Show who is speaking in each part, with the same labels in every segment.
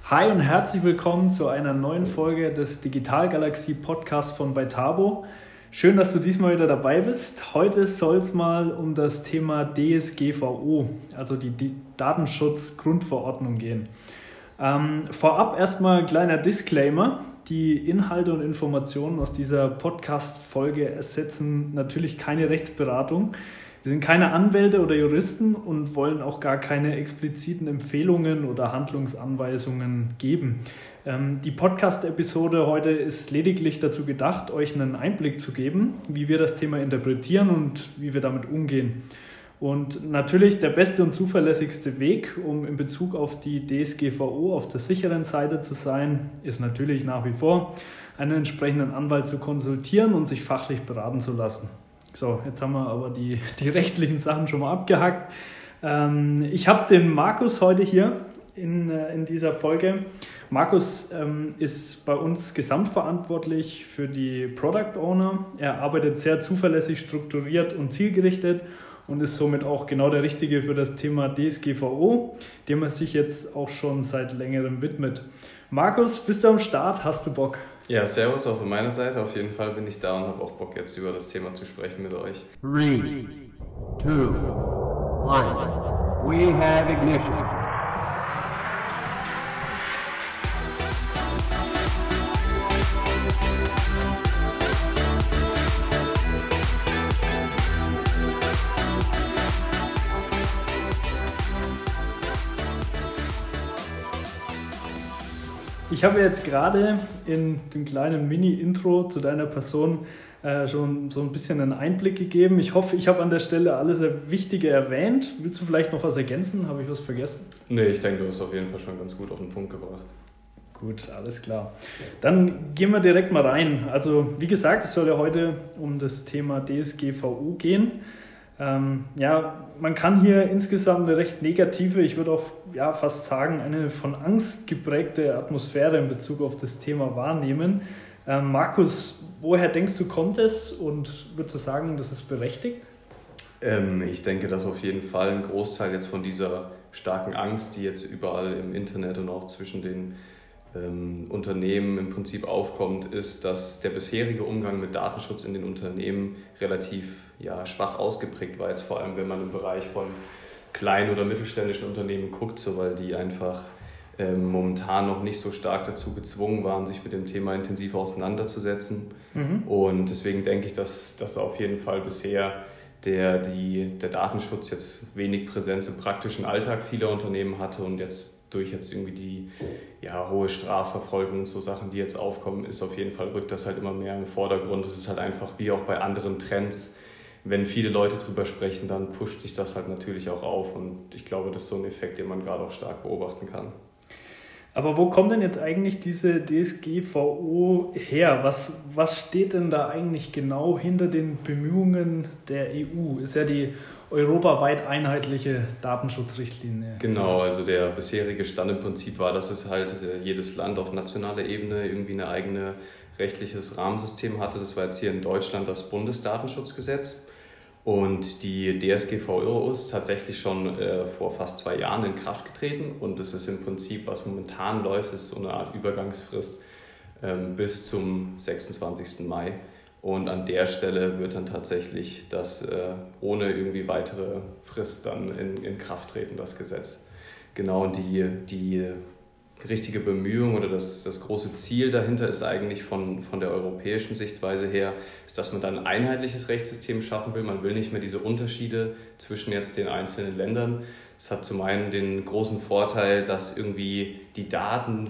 Speaker 1: Hi und herzlich willkommen zu einer neuen Folge des Digital Galaxie Podcasts von Beitabo. Schön, dass du diesmal wieder dabei bist. Heute soll es mal um das Thema DSGVO, also die Datenschutzgrundverordnung gehen. Vorab erstmal ein kleiner Disclaimer. Die Inhalte und Informationen aus dieser Podcast-Folge ersetzen natürlich keine Rechtsberatung. Wir sind keine Anwälte oder Juristen und wollen auch gar keine expliziten Empfehlungen oder Handlungsanweisungen geben. Die Podcast-Episode heute ist lediglich dazu gedacht, euch einen Einblick zu geben, wie wir das Thema interpretieren und wie wir damit umgehen. Und natürlich der beste und zuverlässigste Weg, um in Bezug auf die DSGVO auf der sicheren Seite zu sein, ist natürlich nach wie vor, einen entsprechenden Anwalt zu konsultieren und sich fachlich beraten zu lassen. So, jetzt haben wir aber die rechtlichen Sachen schon mal abgehakt. Ich habe den Markus heute hier in dieser Folge. Markus ist bei uns gesamtverantwortlich für die Product Owner. Er arbeitet sehr zuverlässig, strukturiert und zielgerichtet und ist somit auch genau der Richtige für das Thema DSGVO, dem er sich jetzt auch schon seit längerem widmet. Markus, bist du am Start? Hast du Bock?
Speaker 2: Ja, servus auch von meiner Seite. Auf jeden Fall bin ich da und habe auch Bock, jetzt über das Thema zu sprechen mit euch.
Speaker 3: 3, 2, 1. We have ignition.
Speaker 1: Ich habe jetzt gerade in dem kleinen Mini-Intro zu deiner Person schon so ein bisschen einen Einblick gegeben. Ich hoffe, ich habe an der Stelle alles Wichtige erwähnt. Willst du vielleicht noch was ergänzen? Habe ich was vergessen?
Speaker 2: Nee, ich denke, du hast auf jeden Fall schon ganz gut auf den Punkt gebracht.
Speaker 1: Gut, alles klar. Dann gehen wir direkt mal rein. Also wie gesagt, es soll ja heute um das Thema DSGVO gehen. Man kann hier insgesamt eine recht negative, ich würde auch fast sagen, eine von Angst geprägte Atmosphäre in Bezug auf das Thema wahrnehmen. Markus, woher denkst du, kommt es und würdest du sagen, das ist berechtigt?
Speaker 2: Ich denke, dass auf jeden Fall ein Großteil jetzt von dieser starken Angst, die jetzt überall im Internet und auch zwischen den Unternehmen im Prinzip aufkommt, ist, dass der bisherige Umgang mit Datenschutz in den Unternehmen relativ schwach ausgeprägt war, jetzt vor allem wenn man im Bereich von kleinen oder mittelständischen Unternehmen guckt, so weil die einfach momentan noch nicht so stark dazu gezwungen waren, sich mit dem Thema intensiv auseinanderzusetzen. Und deswegen denke ich, dass auf jeden Fall bisher der Datenschutz jetzt wenig Präsenz im praktischen Alltag vieler Unternehmen hatte und jetzt durch irgendwie die hohe Strafverfolgung und so Sachen, die jetzt aufkommen, ist auf jeden Fall, rückt das halt immer mehr im Vordergrund. Es ist halt einfach wie auch bei anderen Trends, wenn viele Leute drüber sprechen, dann pusht sich das halt natürlich auch auf und ich glaube, das ist so ein Effekt, den man gerade auch stark beobachten kann.
Speaker 1: Aber wo kommt denn jetzt eigentlich diese DSGVO her? Was steht denn da eigentlich genau hinter den Bemühungen der EU? Ist ja die europaweit einheitliche Datenschutzrichtlinie.
Speaker 2: Genau, also der bisherige Stand im Prinzip war, dass es halt jedes Land auf nationaler Ebene irgendwie ein eigenes rechtliches Rahmensystem hatte. Das war jetzt hier in Deutschland das Bundesdatenschutzgesetz. Und die DSGVO ist tatsächlich schon vor fast 2 Jahren in Kraft getreten und das ist im Prinzip, was momentan läuft, ist so eine Art Übergangsfrist bis zum 26. Mai. Und an der Stelle wird dann tatsächlich das ohne irgendwie weitere Frist dann in Kraft treten, das Gesetz. Genau, und die richtige Bemühung oder das große Ziel dahinter ist eigentlich von der europäischen Sichtweise her, ist, dass man dann ein einheitliches Rechtssystem schaffen will. Man will nicht mehr diese Unterschiede zwischen jetzt den einzelnen Ländern. Es hat zum einen den großen Vorteil, dass irgendwie die Daten,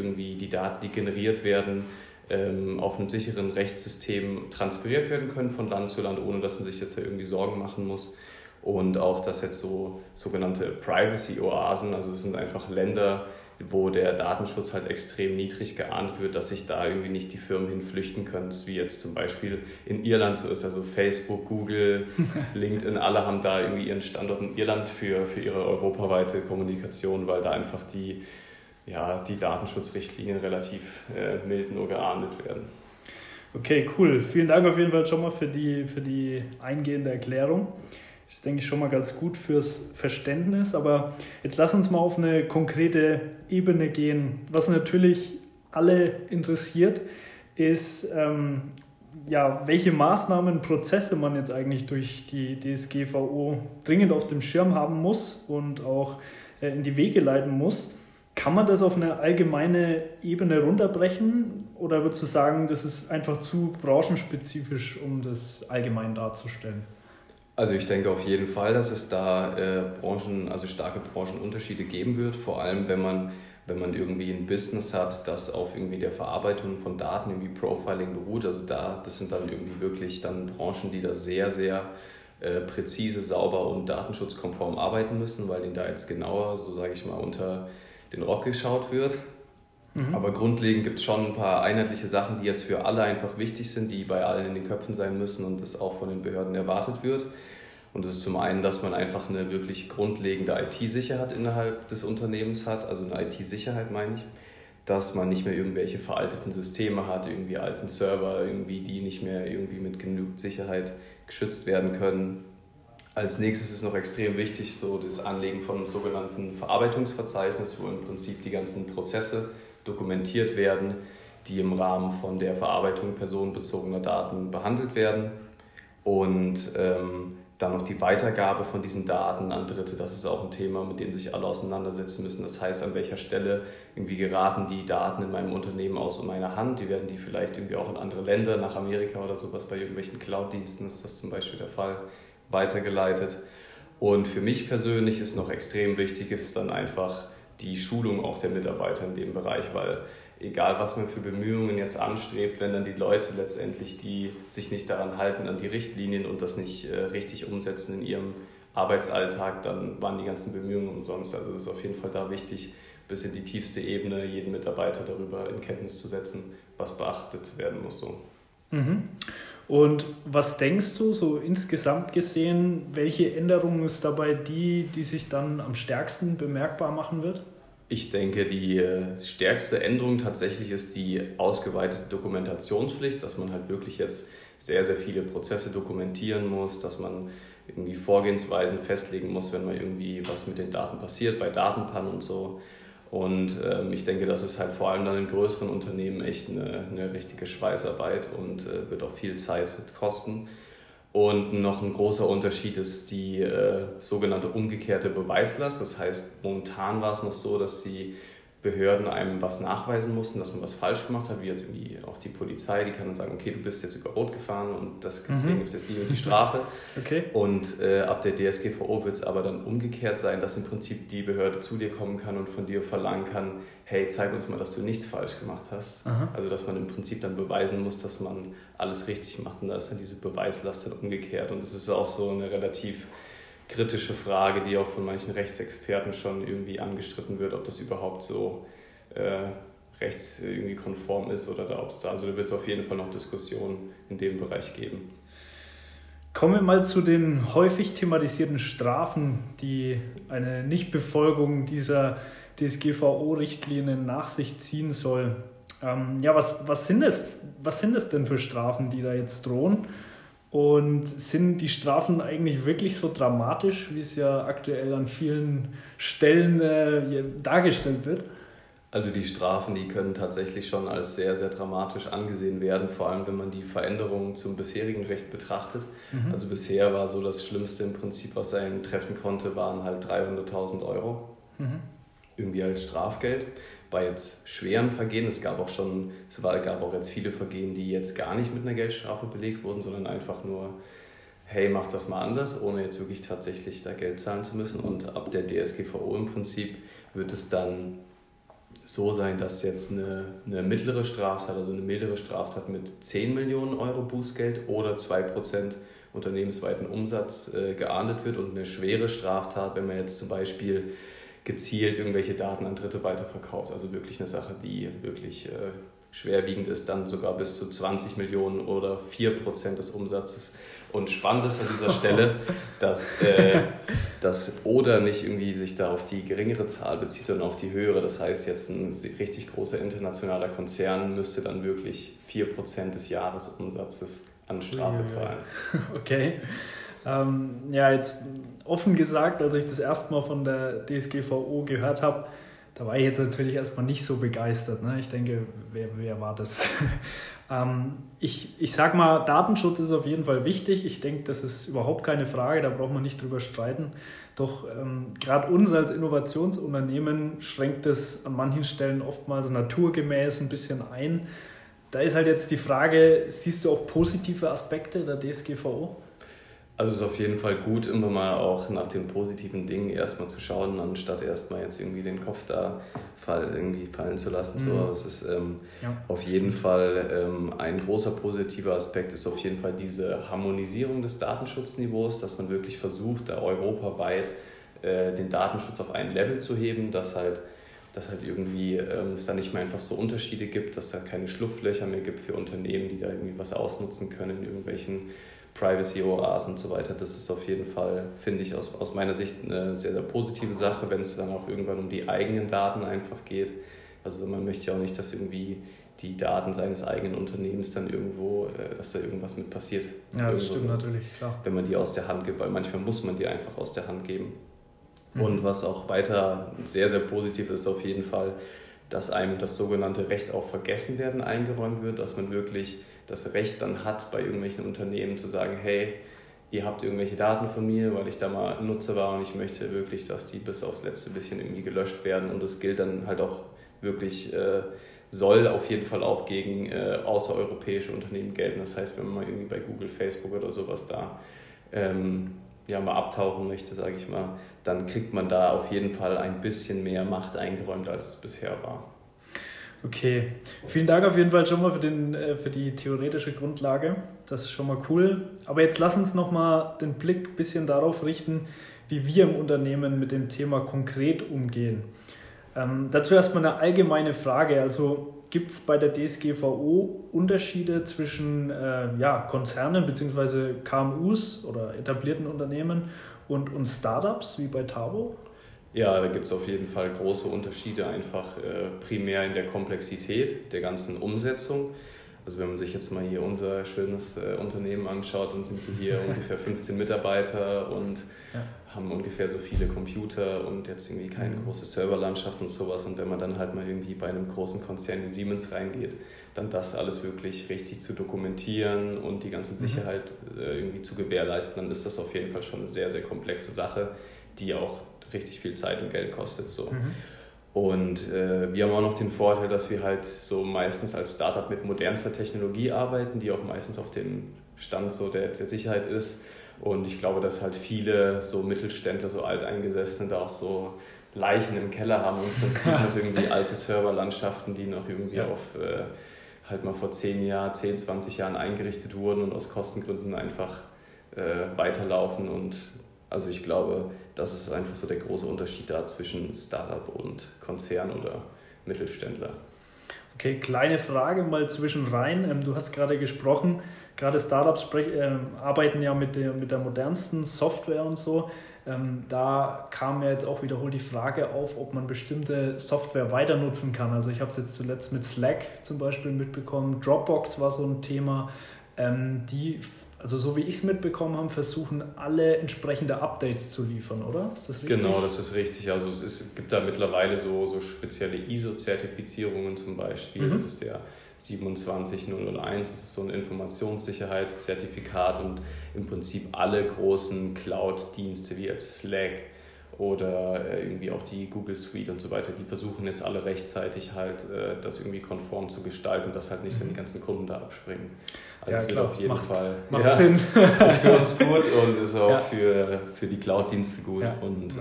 Speaker 2: die generiert werden, auf einem sicheren Rechtssystem transferiert werden können von Land zu Land, ohne dass man sich jetzt irgendwie Sorgen machen muss. Und auch, dass jetzt so sogenannte Privacy-Oasen, also es sind einfach Länder, wo der Datenschutz halt extrem niedrig geahndet wird, dass sich da irgendwie nicht die Firmen hin flüchten können. Das ist wie jetzt zum Beispiel in Irland so ist. Also Facebook, Google, LinkedIn, alle haben da irgendwie ihren Standort in Irland für ihre europaweite Kommunikation, weil da einfach die Datenschutzrichtlinien relativ mild nur geahndet werden.
Speaker 1: Okay, cool. Vielen Dank auf jeden Fall schon mal für die eingehende Erklärung. ist, denke ich, schon mal ganz gut fürs Verständnis. Aber jetzt lass uns mal auf eine konkrete Ebene gehen. Was natürlich alle interessiert, ist, welche Maßnahmen, Prozesse man jetzt eigentlich durch die DSGVO dringend auf dem Schirm haben muss und auch in die Wege leiten muss. Kann man das auf eine allgemeine Ebene runterbrechen oder würdest du sagen, das ist einfach zu branchenspezifisch, um das allgemein darzustellen?
Speaker 2: Also ich denke auf jeden Fall, dass es da starke Branchenunterschiede geben wird, vor allem wenn man irgendwie ein Business hat, das auf irgendwie der Verarbeitung von Daten, irgendwie Profiling beruht. Also das sind dann irgendwie wirklich dann Branchen, die da sehr, sehr präzise, sauber und datenschutzkonform arbeiten müssen, weil denen da jetzt genauer, so sage ich mal, unter den Rock geschaut wird. Aber grundlegend gibt es schon ein paar einheitliche Sachen, die jetzt für alle einfach wichtig sind, die bei allen in den Köpfen sein müssen und das auch von den Behörden erwartet wird. Und das ist zum einen, dass man einfach eine wirklich grundlegende IT-Sicherheit innerhalb des Unternehmens hat, also eine IT-Sicherheit meine ich, dass man nicht mehr irgendwelche veralteten Systeme hat, irgendwie alten Server, irgendwie die nicht mehr irgendwie mit genügend Sicherheit geschützt werden können. Als nächstes ist noch extrem wichtig so das Anlegen von einem sogenannten Verarbeitungsverzeichnis, wo im Prinzip die ganzen Prozesse dokumentiert werden, die im Rahmen von der Verarbeitung personenbezogener Daten behandelt werden. Und dann noch die Weitergabe von diesen Daten an Dritte, das ist auch ein Thema, mit dem sich alle auseinandersetzen müssen. Das heißt, an welcher Stelle irgendwie geraten die Daten in meinem Unternehmen aus meiner Hand, die werden die vielleicht irgendwie auch in andere Länder, nach Amerika oder sowas, bei irgendwelchen Cloud-Diensten ist das zum Beispiel der Fall, weitergeleitet. Und für mich persönlich ist noch extrem wichtig, ist dann einfach die Schulung auch der Mitarbeiter in dem Bereich, weil egal was man für Bemühungen jetzt anstrebt, wenn dann die Leute letztendlich, die sich nicht daran halten, an die Richtlinien und das nicht richtig umsetzen in ihrem Arbeitsalltag, dann waren die ganzen Bemühungen umsonst. Also es ist auf jeden Fall da wichtig, bis in die tiefste Ebene jeden Mitarbeiter darüber in Kenntnis zu setzen, was beachtet werden muss. So.
Speaker 1: Und was denkst du, so insgesamt gesehen, welche Änderung ist dabei die sich dann am stärksten bemerkbar machen wird?
Speaker 2: Ich denke, die stärkste Änderung tatsächlich ist die ausgeweitete Dokumentationspflicht, dass man halt wirklich jetzt sehr, sehr viele Prozesse dokumentieren muss, dass man irgendwie Vorgehensweisen festlegen muss, wenn mal irgendwie was mit den Daten passiert, bei Datenpannen und so. Und ich denke, das ist halt vor allem dann in größeren Unternehmen echt eine richtige Schweißarbeit und wird auch viel Zeit kosten. Und noch ein großer Unterschied ist die sogenannte umgekehrte Beweislast. Das heißt, momentan war es noch so, dass die Behörden einem was nachweisen mussten, dass man was falsch gemacht hat, wie jetzt irgendwie auch die Polizei, die kann dann sagen, okay, du bist jetzt über Rot gefahren und deswegen gibt es jetzt die und die Strafe.
Speaker 1: Okay.
Speaker 2: Und ab der DSGVO wird es aber dann umgekehrt sein, dass im Prinzip die Behörde zu dir kommen kann und von dir verlangen kann, hey, zeig uns mal, dass du nichts falsch gemacht hast. Also dass man im Prinzip dann beweisen muss, dass man alles richtig macht und da ist dann diese Beweislast dann umgekehrt. Und das ist auch so eine relativ kritische Frage, die auch von manchen Rechtsexperten schon irgendwie angestritten wird, ob das überhaupt so rechts irgendwie konform ist oder da wird es auf jeden Fall noch Diskussionen in dem Bereich geben.
Speaker 1: Kommen wir mal zu den häufig thematisierten Strafen, die eine Nichtbefolgung dieser DSGVO-Richtlinien nach sich ziehen soll. Was sind das denn für Strafen, die da jetzt drohen? Und sind die Strafen eigentlich wirklich so dramatisch, wie es ja aktuell an vielen Stellen dargestellt wird?
Speaker 2: Also die Strafen, die können tatsächlich schon als sehr, sehr dramatisch angesehen werden, vor allem wenn man die Veränderungen zum bisherigen Recht betrachtet. Also bisher war so das Schlimmste im Prinzip, was einen treffen konnte, waren halt 300.000 € irgendwie als Strafgeld. Bei jetzt schweren Vergehen, es gab auch jetzt viele Vergehen, die jetzt gar nicht mit einer Geldstrafe belegt wurden, sondern einfach nur, hey, mach das mal anders, ohne jetzt wirklich tatsächlich da Geld zahlen zu müssen. Und ab der DSGVO im Prinzip wird es dann so sein, dass jetzt eine mittlere Straftat, also eine mildere Straftat mit 10 Millionen € Bußgeld oder 2% unternehmensweiten Umsatz geahndet wird und eine schwere Straftat, wenn man jetzt zum Beispiel gezielt irgendwelche Daten an Dritte weiterverkauft, also wirklich eine Sache, die wirklich schwerwiegend ist, dann sogar bis zu 20 Millionen oder 4% des Umsatzes. Und spannend ist an dieser Stelle, dass das oder nicht irgendwie sich da auf die geringere Zahl bezieht, sondern auf die höhere. Das heißt, jetzt ein richtig großer internationaler Konzern müsste dann wirklich 4% des Jahresumsatzes an Strafe zahlen.
Speaker 1: Okay. Ja, jetzt offen gesagt, als ich das erste Mal von der DSGVO gehört habe, da war ich jetzt natürlich erstmal nicht so begeistert. Ne? Ich denke, wer war das? Ich sag mal, Datenschutz ist auf jeden Fall wichtig. Ich denke, das ist überhaupt keine Frage, da braucht man nicht drüber streiten. Doch gerade uns als Innovationsunternehmen schränkt es an manchen Stellen oftmals naturgemäß ein bisschen ein. Da ist halt jetzt die Frage, siehst du auch positive Aspekte der DSGVO?
Speaker 2: Also es ist auf jeden Fall gut, immer mal auch nach den positiven Dingen erstmal zu schauen, anstatt erstmal jetzt irgendwie den Kopf da fallen zu lassen. So, aber es ist auf jeden Fall ein großer positiver Aspekt ist auf jeden Fall diese Harmonisierung des Datenschutzniveaus, dass man wirklich versucht, da europaweit den Datenschutz auf ein Level zu heben, dass halt irgendwie es da nicht mehr einfach so Unterschiede gibt, dass da keine Schlupflöcher mehr gibt für Unternehmen, die da irgendwie was ausnutzen können in irgendwelchen Privacy-OAs und so weiter. Das ist auf jeden Fall, finde ich, aus meiner Sicht eine sehr, sehr positive Sache, wenn es dann auch irgendwann um die eigenen Daten einfach geht. Also man möchte ja auch nicht, dass irgendwie die Daten seines eigenen Unternehmens dann irgendwo, dass da irgendwas mit passiert.
Speaker 1: Ja, das stimmt natürlich, klar.
Speaker 2: Wenn man die aus der Hand gibt, weil manchmal muss man die einfach aus der Hand geben. Und was auch weiter sehr, sehr positiv ist auf jeden Fall, dass einem das sogenannte Recht auf Vergessenwerden eingeräumt wird, dass man wirklich das Recht dann hat, bei irgendwelchen Unternehmen zu sagen, hey, ihr habt irgendwelche Daten von mir, weil ich da mal Nutzer war und ich möchte wirklich, dass die bis aufs letzte bisschen irgendwie gelöscht werden und das gilt dann halt auch wirklich, soll auf jeden Fall auch gegen außereuropäische Unternehmen gelten. Das heißt, wenn man mal irgendwie bei Google, Facebook oder sowas da mal abtauchen möchte, sage ich mal, dann kriegt man da auf jeden Fall ein bisschen mehr Macht eingeräumt, als es bisher war.
Speaker 1: Okay, vielen Dank auf jeden Fall schon mal für die theoretische Grundlage. Das ist schon mal cool. Aber jetzt lass uns nochmal den Blick ein bisschen darauf richten, wie wir im Unternehmen mit dem Thema konkret umgehen. Dazu erstmal eine allgemeine Frage. Also gibt es bei der DSGVO Unterschiede zwischen Konzernen bzw. KMUs oder etablierten Unternehmen und Startups wie bei Tabo?
Speaker 2: Ja, da gibt es auf jeden Fall große Unterschiede, einfach primär in der Komplexität der ganzen Umsetzung. Also wenn man sich jetzt mal hier unser schönes Unternehmen anschaut, dann sind wir hier ungefähr 15 Mitarbeiter und haben ungefähr so viele Computer und jetzt irgendwie keine große Serverlandschaft und sowas. Und wenn man dann halt mal irgendwie bei einem großen Konzern wie Siemens reingeht, dann das alles wirklich richtig zu dokumentieren und die ganze Sicherheit irgendwie zu gewährleisten, dann ist das auf jeden Fall schon eine sehr, sehr komplexe Sache, die auch richtig viel Zeit und Geld kostet. So. Und wir haben auch noch den Vorteil, dass wir halt so meistens als Startup mit modernster Technologie arbeiten, die auch meistens auf dem Stand so der Sicherheit ist. Und ich glaube, dass halt viele so Mittelständler, so Alteingesessene, da auch so Leichen im Keller haben und im Prinzip noch irgendwie alte Serverlandschaften, die noch irgendwie auf halt mal vor 10, 20 Jahren eingerichtet wurden und aus Kostengründen einfach weiterlaufen. Und also ich glaube, das ist einfach so der große Unterschied da zwischen Startup und Konzern oder Mittelständler.
Speaker 1: Okay, kleine Frage mal zwischen rein. Du hast gerade gesprochen, gerade Startups arbeiten ja mit der modernsten Software und so. Da kam ja jetzt auch wiederholt die Frage auf, ob man bestimmte Software weiter nutzen kann. Also ich habe es jetzt zuletzt mit Slack zum Beispiel mitbekommen. Dropbox war so ein Thema. Also so wie ich es mitbekommen habe, versuchen alle entsprechende Updates zu liefern, oder? Ist das richtig?
Speaker 2: Genau, das ist richtig. Also gibt da mittlerweile so spezielle ISO-Zertifizierungen zum Beispiel. Das ist der 27001, das ist so ein Informationssicherheitszertifikat und im Prinzip alle großen Cloud-Dienste wie jetzt Slack oder irgendwie auch die Google Suite und so weiter, die versuchen jetzt alle rechtzeitig halt das irgendwie konform zu gestalten, dass halt nicht so die ganzen Kunden da abspringen. Also es wird auf jeden Fall
Speaker 1: Sinn.
Speaker 2: Ist für uns gut und ist auch für die Cloud-Dienste gut.
Speaker 1: Ja,
Speaker 2: und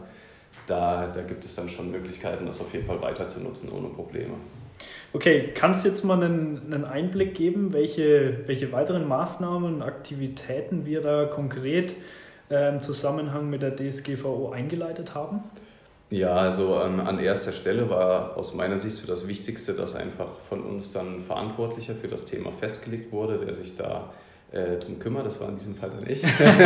Speaker 2: da gibt es dann schon Möglichkeiten, das auf jeden Fall weiter zu nutzen ohne Probleme.
Speaker 1: Okay, kannst du jetzt mal einen Einblick geben, welche weiteren Maßnahmen und Aktivitäten wir da konkret im Zusammenhang mit der DSGVO eingeleitet haben?
Speaker 2: Ja, also an erster Stelle war aus meiner Sicht so das Wichtigste, dass einfach von uns dann ein Verantwortlicher für das Thema festgelegt wurde, der sich da drum kümmert. Das war in diesem Fall dann ich.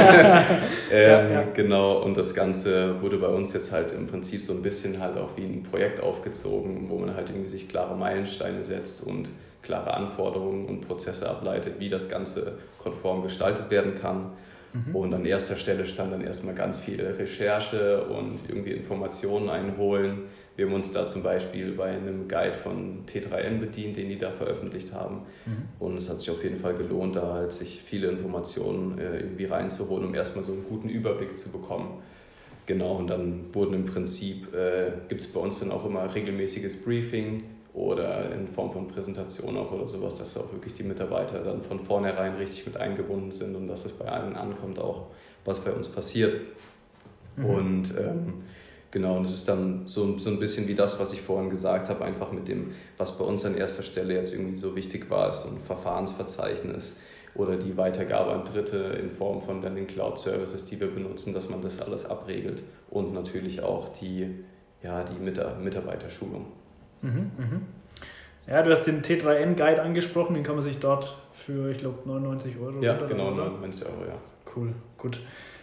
Speaker 2: Genau, und das Ganze wurde bei uns jetzt halt im Prinzip so ein bisschen halt auch wie ein Projekt aufgezogen, wo man halt irgendwie sich klare Meilensteine setzt und klare Anforderungen und Prozesse ableitet, wie das Ganze konform gestaltet werden kann. Und an erster Stelle stand dann erstmal ganz viel Recherche und irgendwie Informationen einholen. Wir haben uns da zum Beispiel bei einem Guide von T3N bedient, den die da veröffentlicht haben. Und es hat sich auf jeden Fall gelohnt, da halt sich viele Informationen irgendwie reinzuholen, um erstmal so einen guten Überblick zu bekommen. Genau, und dann wurden im Prinzip, gibt es bei uns dann auch immer regelmäßiges Briefing oder in Form von Präsentation auch oder sowas, dass auch wirklich die Mitarbeiter dann von vornherein richtig mit eingebunden sind und dass es bei allen ankommt, auch was bei uns passiert. Und genau, und es ist dann so ein bisschen wie das, was ich vorhin gesagt habe, einfach mit dem, was bei uns an erster Stelle jetzt irgendwie so wichtig war, ist so ein Verfahrensverzeichnis oder die Weitergabe an Dritte in Form von dann den Cloud-Services, die wir benutzen, dass man das alles abregelt und natürlich auch die Mitarbeiterschulung.
Speaker 1: Ja, du hast den T3N-Guide angesprochen, den kann man sich dort für, ich glaube, 99 €
Speaker 2: Ja, genau, 99 €, ja.
Speaker 1: Cool, gut.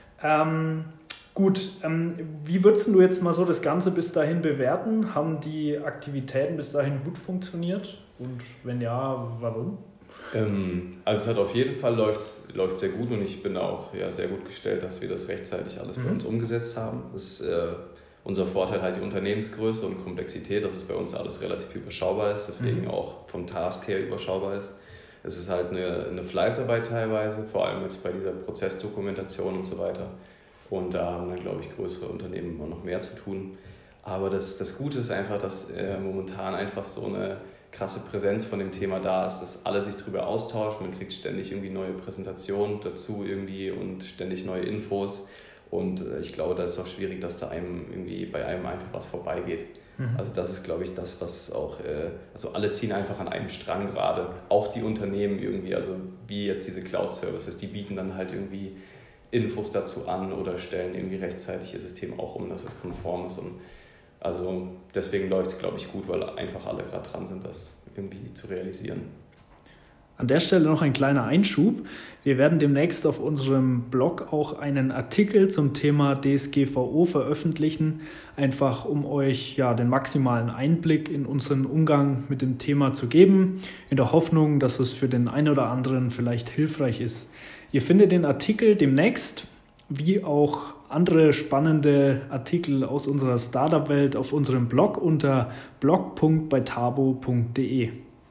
Speaker 1: Wie würdest du jetzt mal so das Ganze bis dahin bewerten? Haben die Aktivitäten bis dahin gut funktioniert? Und wenn ja, warum?
Speaker 2: Also es hat auf jeden Fall läuft sehr gut und ich bin auch sehr gut gestellt, dass wir das rechtzeitig alles bei uns umgesetzt haben. Das ist unser Vorteil halt die Unternehmensgröße und Komplexität, dass es bei uns alles relativ überschaubar ist, deswegen auch vom Task her überschaubar ist. Es ist halt eine Fleißarbeit teilweise, vor allem jetzt bei dieser Prozessdokumentation und so weiter. Und da haben dann, glaube ich, größere Unternehmen immer noch mehr zu tun. Aber das Gute ist einfach, dass momentan einfach so eine krasse Präsenz von dem Thema da ist, dass alle sich darüber austauschen, man kriegt ständig irgendwie neue Präsentationen dazu irgendwie und ständig neue Infos. Und ich glaube, da ist auch schwierig, dass da bei einem einfach was vorbeigeht. Also das ist, glaube ich, das, was auch, also alle ziehen einfach an einem Strang gerade, auch die Unternehmen irgendwie, also wie jetzt diese Cloud-Services, die bieten dann halt irgendwie Infos dazu an oder stellen irgendwie rechtzeitig ihr System auch um, dass es konform ist. Und also deswegen läuft es, glaube ich, gut, weil einfach alle gerade dran sind, das irgendwie zu realisieren.
Speaker 1: An der Stelle noch ein kleiner Einschub. Wir werden demnächst auf unserem Blog auch einen Artikel zum Thema DSGVO veröffentlichen, einfach um euch den maximalen Einblick in unseren Umgang mit dem Thema zu geben, in der Hoffnung, dass es für den einen oder anderen vielleicht hilfreich ist. Ihr findet den Artikel demnächst, wie auch andere spannende Artikel aus unserer Startup-Welt auf unserem Blog unter blog.beitabo.de.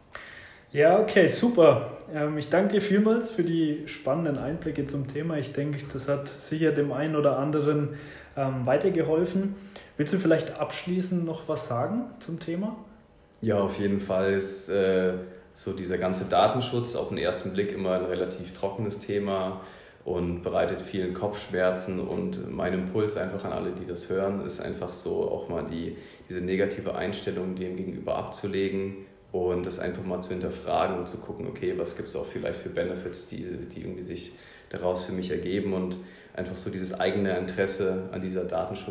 Speaker 1: Ja, okay, super. Ich danke dir vielmals für die spannenden Einblicke zum Thema. Ich denke, das hat sicher dem einen oder anderen weitergeholfen. Willst du vielleicht abschließend noch was sagen zum Thema?
Speaker 2: Ja, auf jeden Fall ist so dieser ganze Datenschutz auf den ersten Blick immer ein relativ trockenes Thema und bereitet vielen Kopfschmerzen. Und mein Impuls einfach an alle, die das hören, ist einfach so auch mal diese negative Einstellung dem gegenüber abzulegen und das einfach mal zu hinterfragen und zu gucken, okay, was gibt es auch vielleicht für Benefits, die irgendwie sich daraus für mich ergeben und einfach so dieses eigene Interesse an dieser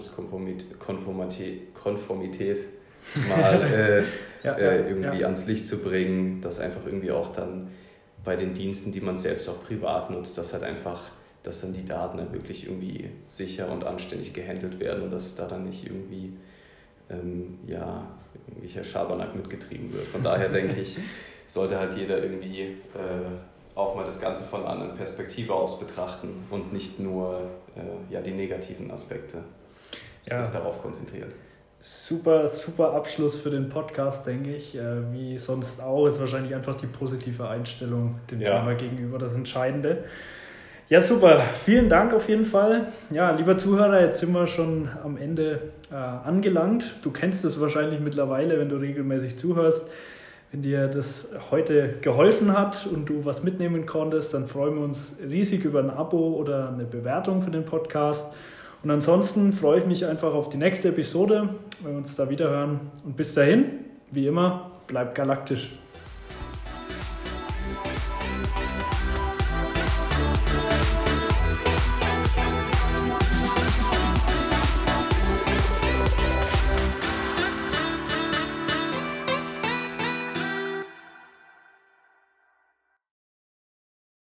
Speaker 2: Datenschutzkonformität mal irgendwie ans Licht zu bringen, dass einfach irgendwie auch dann bei den Diensten, die man selbst auch privat nutzt, dass halt einfach, dass dann die Daten dann wirklich irgendwie sicher und anständig gehandelt werden und dass es da dann nicht irgendwie irgendwelcher Schabernack mitgetrieben wird. Von daher denke ich, sollte halt jeder irgendwie auch mal das Ganze von einer anderen Perspektive aus betrachten und nicht nur die negativen Aspekte sich darauf konzentrieren.
Speaker 1: Super, super Abschluss für den Podcast, denke ich. Wie sonst auch, ist wahrscheinlich einfach die positive Einstellung dem Thema gegenüber das Entscheidende. Ja, super. Vielen Dank auf jeden Fall. Ja, lieber Zuhörer, jetzt sind wir schon am Ende angelangt. Du kennst es wahrscheinlich mittlerweile, wenn du regelmäßig zuhörst. Wenn dir das heute geholfen hat und du was mitnehmen konntest, dann freuen wir uns riesig über ein Abo oder eine Bewertung für den Podcast. Und ansonsten freue ich mich einfach auf die nächste Episode, wenn wir uns da wieder hören. Und bis dahin, wie immer, bleibt galaktisch.